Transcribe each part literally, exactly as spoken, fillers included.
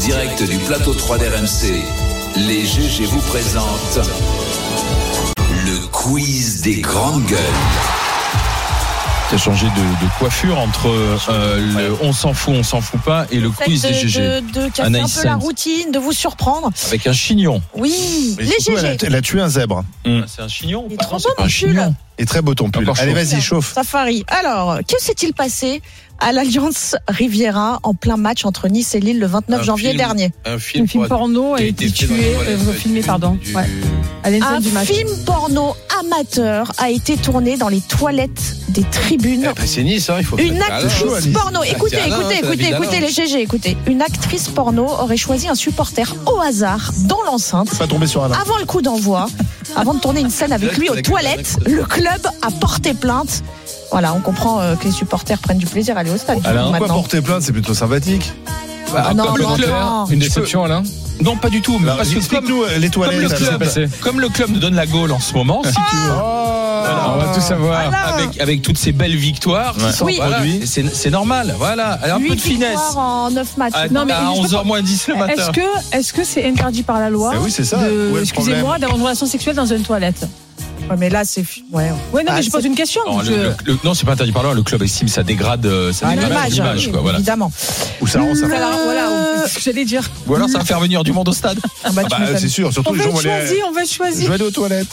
direct du plateau trois d'R M C, les G G vous présentent le quiz des grandes gueules. Tu as changé de, de coiffure entre euh, le on s'en fout, on s'en fout pas et le quiz de, des G G. De, de casser Anaïs un peu la Sainz. routine, de vous surprendre. Avec un chignon. Oui, Mais les surtout, G G. elle, a, elle a tué un zèbre. Mmh. C'est un chignon. Il est Par trop contre, beau, c'est pas un mon chignon. pull. Et très beau ton pull. Encore Allez, chaud. vas-y, chauffe. Safari. Alors, que s'est-il passé à l'Alliance Riviera en plein match entre Nice et Lille le vingt-neuf Un janvier film. dernier? Un film, Un film porno a été fait dans tué, les toilettes, euh, filmé, du- pardon. du- Ouais. À l'enceinte Un du match. film porno amateur a été tourné dans les toilettes des tribunes. Eh ben, c'est Nice, hein, il faut. Une faire ça. actrice chaud, Alice. porno, écoutez, c'est Alain, écoutez, c'est la écoutez, vie d'Alain. écoutez les G G, écoutez. Une actrice porno aurait choisi un supporter au hasard dans l'enceinte. Faut pas tomber sur Alain. Avant le coup d'envoi, avant de tourner une scène avec lui aux Avec- toilettes, avec- le club a porté plainte. Voilà, on comprend euh, que les supporters prennent du plaisir à aller au stade. Alain, Pourquoi maintenant. porter plainte, c'est plutôt sympathique. Ah non, comme le non, club. non. Une déception, Alain Non, pas du tout. Mais Alors, parce que comme, explique-nous euh, les comme toilettes. le ça s'est club, passé. comme le club nous donne la Gaule en ce moment, si tu veux. Voilà, on va tout savoir. Alain. Avec, avec toutes ces belles victoires qui Ouais. sont Oui. voilà, Produits. c'est, c'est normal. Voilà, un Huit peu de finesse. victoires en neuf matchs. À, Non, mais à je peux onze heures moins dix le matin. Est-ce que, est-ce que c'est interdit par la loi Eh oui, c'est ça. de- Où est le excusez-moi, problème d'avoir une relation sexuelle dans une toilette? Ouais, mais là, c'est. Ouais. Ouais, non, Ah, mais je pose c'est- une question. Non, je- le- le- le- non, c'est pas interdit par là. Le club estime ça dégrade, euh, ça Ah, dégrade l'image, l'image, oui, quoi, voilà. évidemment. Ou ça rend ça. Alors, voilà, Euh, c'est ce que j'allais dire. Ou alors ça va faire venir du monde au stade. Ah bah, tu Bah, m'étonnes. c'est sûr, surtout On les va gens être vont aller. choisi, on va être Je choisi. vais aller aux toilettes.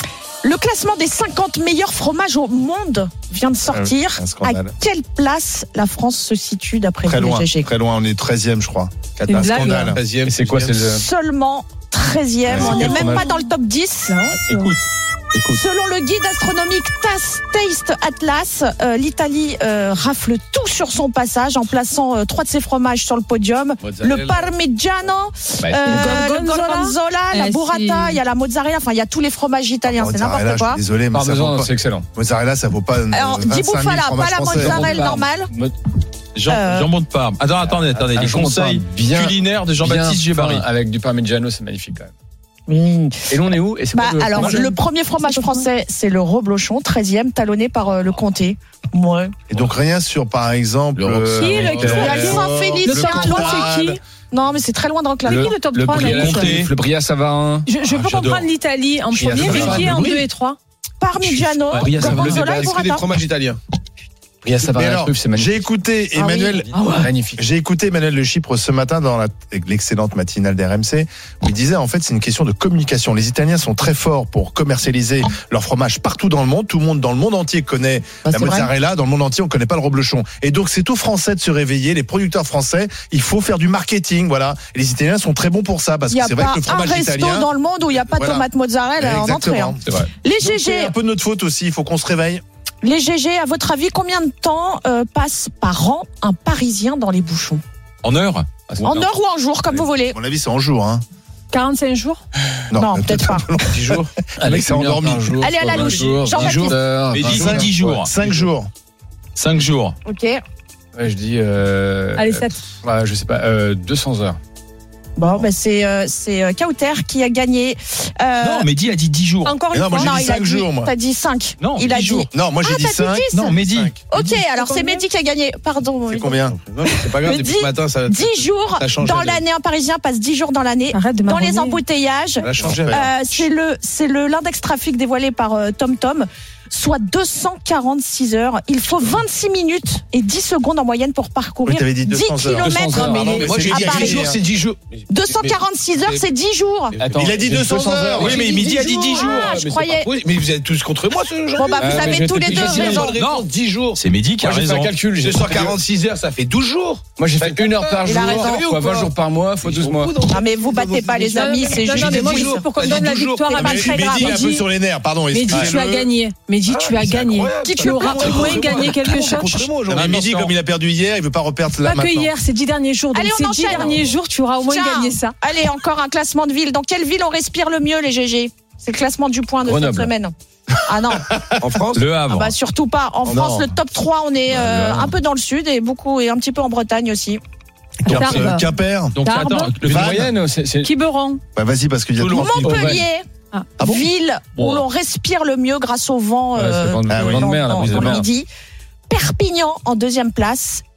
Le classement des cinquante meilleurs fromages au monde vient de sortir. Ah oui, un À scandale. quelle place la France se situe d'après Très vous, loin. les G G? Très loin, on est treizième, je crois. Une Un blague, scandale. là. treizième, c'est quoi, c'est le- Seulement treizième, Ouais, on c'est n'est quel même fromage pas dans le top dix. Écoute, écoute. Selon le guide astronomique Tas- Taste Atlas, euh, l'Italie euh, rafle tout sur son passage en plaçant euh, trois de ses fromages sur le podium. Mozzarella. Le Parmigiano, Bah, euh, le gorgonzola. Gorgonzola, la Eh, burrata, si. il y a la mozzarella, enfin il y a tous les fromages italiens, c'est Mozzarella, n'importe je suis quoi. désolé, mais ça vaut pas. excellent. Mozzarella, ça vaut pas. Alors, vingt-cinq dis mille bouffala, fromages pas la français. mozzarella normale. Jean, Euh, jambon de Parme. Attends, attendez, attendez. Un Les jambon de conseils Parme bien- culinaires de Jean-Baptiste Bien Gébari. fin, avec du parmigiano, c'est magnifique quand même. Oui. Et nous on est où? Et c'est Bah, quoi le alors, fromage le premier fromage français, c'est le reblochon, treizième, talonné par euh, le comté. Ouais. Et donc rien sur, par exemple, Le euh, Qui, le- euh, qui, Il y a le Le Saint-Félix, Le c'est top un trois, roi. c'est qui? Non, mais c'est très loin de réclamer. Le- qui le top le trois, Bria, Anaïs Comté. le Bria Savarin. Je, je Ah, peux j'adore. comprendre l'Italie en Bria premier, mais Savarin. qui est en Oui. deux et trois? Parmigiano, Ouais, Bria, ça va. gorgonzola et Est-ce que des burrata. fromages italiens? Bria Mais Savarin, la alors, truffe, c'est j'ai magnifique. écouté Ah oui. Emmanuel. Ah ouais. Magnifique. J'ai écouté Emmanuel Le Chypre ce matin dans la, l'excellente matinale d'R M C où il disait en fait c'est une question de communication. Les Italiens sont très forts pour commercialiser leur fromage partout dans le monde. Tout le monde dans le monde entier connaît Ah, la c'est vrai. mozzarella. Dans le monde entier, on connaît pas le reblochon. Et donc c'est aux Français de se réveiller. Les producteurs français, il faut faire du marketing. Voilà. Et les Italiens sont très bons pour ça parce Il n'y que a c'est vrai pas que le un fromage resto italien. dans le monde où il n'y a pas de Voilà. tomate mozzarella en entrée. hein. Exactement. C'est vrai. Les Donc, G c'est G, un peu de notre faute aussi. Il faut qu'on se réveille. les G G, à votre avis, combien de temps euh, passe par an un Parisien dans les bouchons? En heure En heure ou en jour, comme vous voulez. À mon avis, c'est en jour. Hein. quarante-cinq jours? Non, peut-être pas. dix jours. Le mec s'est endormi. Allez, à la louche. Jean-Baptiste. Mais dis- Cinq dix jours. Cinq jours. cinq jours. Ok. Ouais, je dis. Euh, Allez, sept. Ouais, je sais pas, euh, deux cents heures. Bon, ben c'est euh, c'est euh, Kauter qui a gagné. Euh, Non, Mehdi a dit dix jours. Encore Mais une non, moi, fois? j'ai dit il a cinq jours, moi. T'as dit cinq. Non, il a dix dit. jours. Non, moi j'ai Ah, dit t'as dit cinq. dix. Non, Mehdi. Cinq. Ok, alors c'est Mehdi qui a gagné. Pardon. C'est combien? Non, c'est pas grave, Mais depuis dix- ce matin, ça dix jours ça a changé, dans elle. l'année. Un Parisien passe dix jours dans l'année. Arrête de Dans marronner. les embouteillages. ça a changé. Ouais. Euh, c'est le c'est le l'index trafic dévoilé par euh, TomTom, soit deux cent quarante-six heures. Il faut vingt-six minutes et dix secondes en moyenne pour parcourir Oui, t'avais dit deux cents dix heures. kilomètres. deux cents heures. Ah non, mais moi j'ai à dit Paris. dix jours, c'est dix jours. deux cent quarante-six heures, c'est dix jours. Attends, Il a dit j'ai deux cents heures. Oui, mais Mehdi a dit dix jours. Ah, Mais je c'est croyais. pas possible. Mais vous êtes tous contre moi, ce genre. Bon bah vous Euh, mais avez j'ai tous été les deux plus raison. Non. dix jours. C'est Mehdi qui a Moi j'ai fait raison. un calcul. j'ai deux cent fait- quarante-six heures, ça fait douze jours. Moi j'ai fait une heure par Il jour, a raison. fois vingt jours par mois, fois douze mois. Non mais vous battez pas les amis, c'est Non, juste non, mais des moi, quiz. je- pour qu'on T'as donne dit la douze jours. victoire à C'est pas Mais très grave. Mehdi est un peu Mehdi- sur les nerfs, pardon. Mehdi, tu as expliquez-le. gagné. Mehdi, tu as c'est gagné. incroyable, Qui ça. tu auras au moins gagné quelque chose. Contre moi Non, aujourd'hui. mais Mehdi, comme il a perdu hier, il veut pas reperdre là Pas que maintenant. hier, c'est dix derniers jours. Donc Allez, on ces dix enchaîne. derniers jours, tu auras au moins Tiens. gagné ça. Allez, encore un classement de ville. Dans quelle ville on respire le mieux, les G G? C'est le classement du point de Grenoble. cette semaine. Ah non, En France. Le ah Havre. bah surtout pas. En Oh France, non. le top trois, on est euh, un peu dans le sud et beaucoup et un petit peu en Bretagne aussi. Donc, Tarbes. euh, Quimper. Donc Tarbes. attends, le Une Vannes. moyenne, c'est. c'est- Quiberon. Bah vas-y parce qu'il y a Toulon. trois villes. Montpellier, Ah. Ah bon ville Bon. où l'on respire le mieux grâce au vent Ouais, c'est euh, le vent de- ah le oui. vent de dans, mer, la dans- brise de dans le mer. midi. Perpignan en deuxième place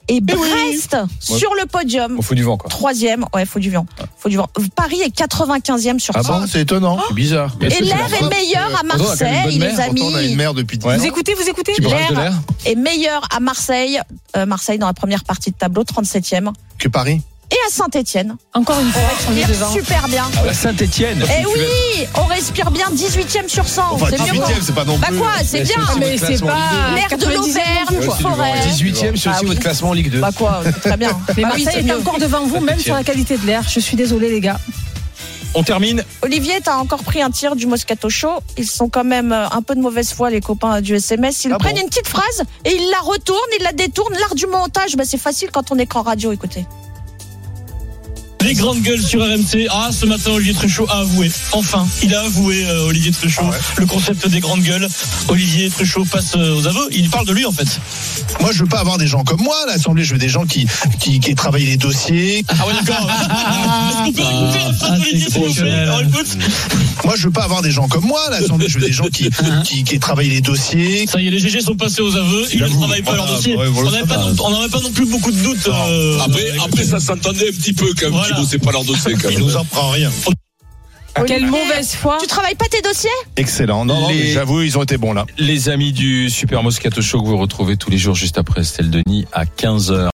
et Brest sur le podium. On fout du vent, quoi. Troisième, ouais, faut du vent. Faut du vent. Paris est quatre-vingt-quinzième sur Ah cent. bon, c'est étonnant. C'est bizarre. Et l'air est meilleur à Bordeaux a quand même une Marseille, bonne les mer. Pourtant, on a une amis. mer depuis dix Ouais. ans. Vous écoutez, vous écoutez Qui brasse de l'air. Est meilleur à Marseille. Euh, Marseille dans la première partie de tableau, trente-septième. Que Paris. Et à Saint-Etienne. Encore une fois, sur les devants. Super bien. Saint-Etienne. Eh oui, on respire bien, dix-huitième sur cent. Enfin, c'est mieux dix-huitième, quoi. c'est pas non Bah plus. quoi, c'est Mais bien. c'est- Mais c'est pas L'air de quatre-vingt-dixième non l'Auvergne, plus, quoi. forêt. dix-huitième, c'est Ah aussi oui. votre classement en Ligue deux. Bah quoi, c'est très bien. Mais Bah oui, Marseille c'est est mieux. encore devant vous, même sur la qualité de l'air. Je suis désolée, les gars. On termine. Olivier, t'as encore pris un tir du Moscato Show. Ils sont quand même euh, un peu de mauvaise foi, les copains du S M S. Ils Ah prennent bon une petite phrase et ils la retournent, ils la détournent. L'art du montage, bah c'est facile quand on est écran radio, écoutez. Les grandes gueules sur R M C. Ah, ce matin, Olivier Truchot a avoué. Enfin, il a avoué, euh, Olivier Truchot, Ah ouais. le concept des grandes gueules. Olivier Truchot passe euh, aux aveux. Il parle de lui, en fait. Moi, je veux pas avoir des gens comme moi à l'Assemblée. Je veux des gens qui qui, qui travaillent les dossiers. Ah ouais, d'accord. Est-ce qu'on peut écouter la phrase d'Olivier, s'il vous plaît? Alors, écoute. Moi, je veux pas avoir des gens comme moi à l'Assemblée. Je veux des gens qui qui, qui travaillent les dossiers. Ça y est, les G G sont passés aux aveux. Ils ne l'avoue. travaillent pas leur Voilà, dossier. ouais, voilà, On n'avait ça pas, va. non- on n'avait pas non plus beaucoup de doutes. euh, Après, euh, après, ça s'entendait un petit peu quand même. Voilà. Qui bossaient pas leur dossier quand Il même. nous en prend rien. Quelle Olivier, mauvaise foi. Tu travailles pas tes dossiers? Excellent. Non, non, Les- mais j'avoue, ils ont été bons là. Les amis du Super Moscato Show que vous retrouvez tous les jours juste après Estelle Denis à quinze heures.